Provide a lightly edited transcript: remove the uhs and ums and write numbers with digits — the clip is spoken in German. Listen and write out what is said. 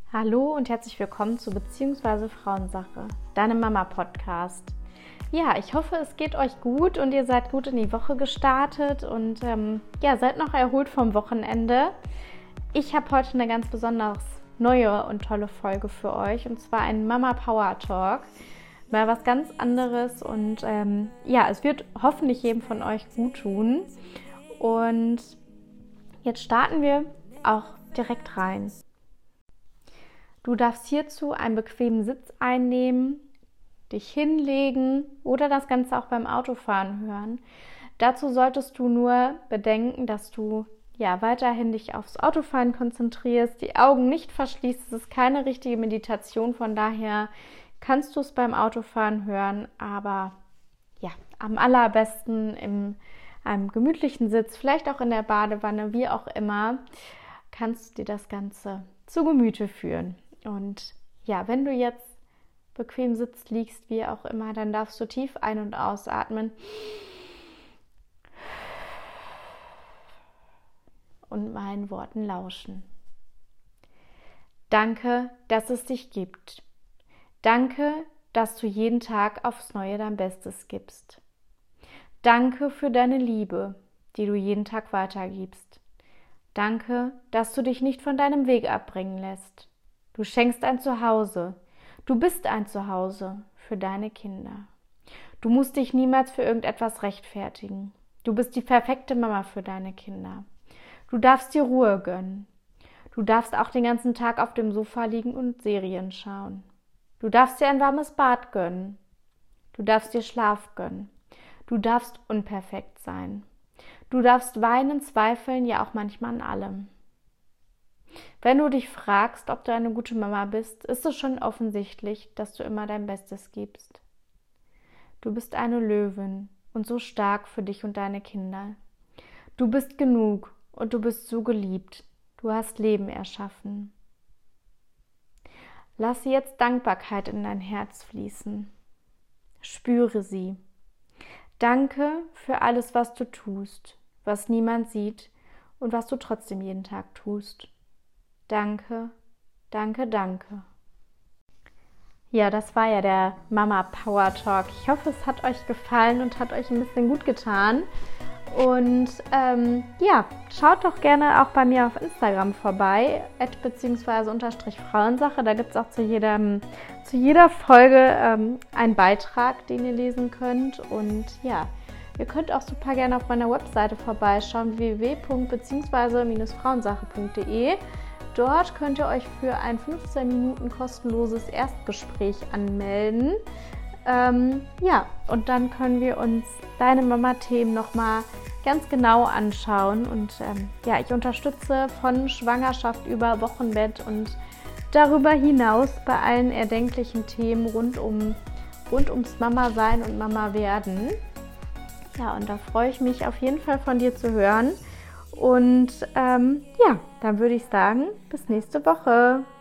Hallo und herzlich willkommen zu Beziehungsweise Frauensache, deinem Mama-Podcast. Ja, ich hoffe, es geht euch gut und ihr seid gut in die Woche gestartet und seid noch erholt vom Wochenende. Ich habe heute eine ganz besonders neue und tolle Folge für euch und zwar einen Mama-Power-Talk. Mal was ganz anderes und es wird hoffentlich jedem von euch gut tun. Und jetzt starten wir auch direkt rein. Du darfst hierzu einen bequemen Sitz einnehmen, dich hinlegen oder das Ganze auch beim Autofahren hören. Dazu solltest du nur bedenken, dass du weiterhin dich aufs Autofahren konzentrierst, die Augen nicht verschließt. Es ist keine richtige Meditation, von daher kannst du es beim Autofahren hören, aber am allerbesten in einem gemütlichen Sitz, vielleicht auch in der Badewanne, wie auch immer, kannst du dir das Ganze zu Gemüte führen. Und wenn du jetzt bequem sitzt, liegst, wie auch immer, dann darfst du tief ein- und ausatmen und meinen Worten lauschen. Danke, dass es dich gibt. Danke, dass du jeden Tag aufs Neue dein Bestes gibst. Danke für deine Liebe, die du jeden Tag weitergibst. Danke, dass du dich nicht von deinem Weg abbringen lässt. Du schenkst ein Zuhause. Du bist ein Zuhause für deine Kinder. Du musst dich niemals für irgendetwas rechtfertigen. Du bist die perfekte Mama für deine Kinder. Du darfst dir Ruhe gönnen. Du darfst auch den ganzen Tag auf dem Sofa liegen und Serien schauen. Du darfst dir ein warmes Bad gönnen. Du darfst dir Schlaf gönnen. Du darfst unperfekt sein. Du darfst weinen, zweifeln, ja auch manchmal an allem. Wenn du dich fragst, ob du eine gute Mama bist, ist es schon offensichtlich, dass du immer dein Bestes gibst. Du bist eine Löwin und so stark für dich und deine Kinder. Du bist genug und du bist so geliebt. Du hast Leben erschaffen. Lasse jetzt Dankbarkeit in dein Herz fließen. Spüre sie. Danke für alles, was du tust, was niemand sieht und was du trotzdem jeden Tag tust. Danke, danke, danke. Ja, das war ja der Mama Power Talk. Ich hoffe, es hat euch gefallen und hat euch ein bisschen gut getan. Und schaut doch gerne auch bei mir auf Instagram vorbei, @Frauensache. Da gibt es auch zu jeder Folge einen Beitrag, den ihr lesen könnt. Und ihr könnt auch super gerne auf meiner Webseite vorbeischauen, www.beziehungsweise-frauensache.de. Dort könnt ihr euch für ein 15 Minuten kostenloses Erstgespräch anmelden. Und dann können wir uns deine Mama-Themen nochmal ganz genau anschauen. Und ich unterstütze von Schwangerschaft über Wochenbett und darüber hinaus bei allen erdenklichen Themen rund ums Mama-Sein und Mama-Werden. Ja, und da freue ich mich auf jeden Fall von dir zu hören. Und dann würde ich sagen, bis nächste Woche.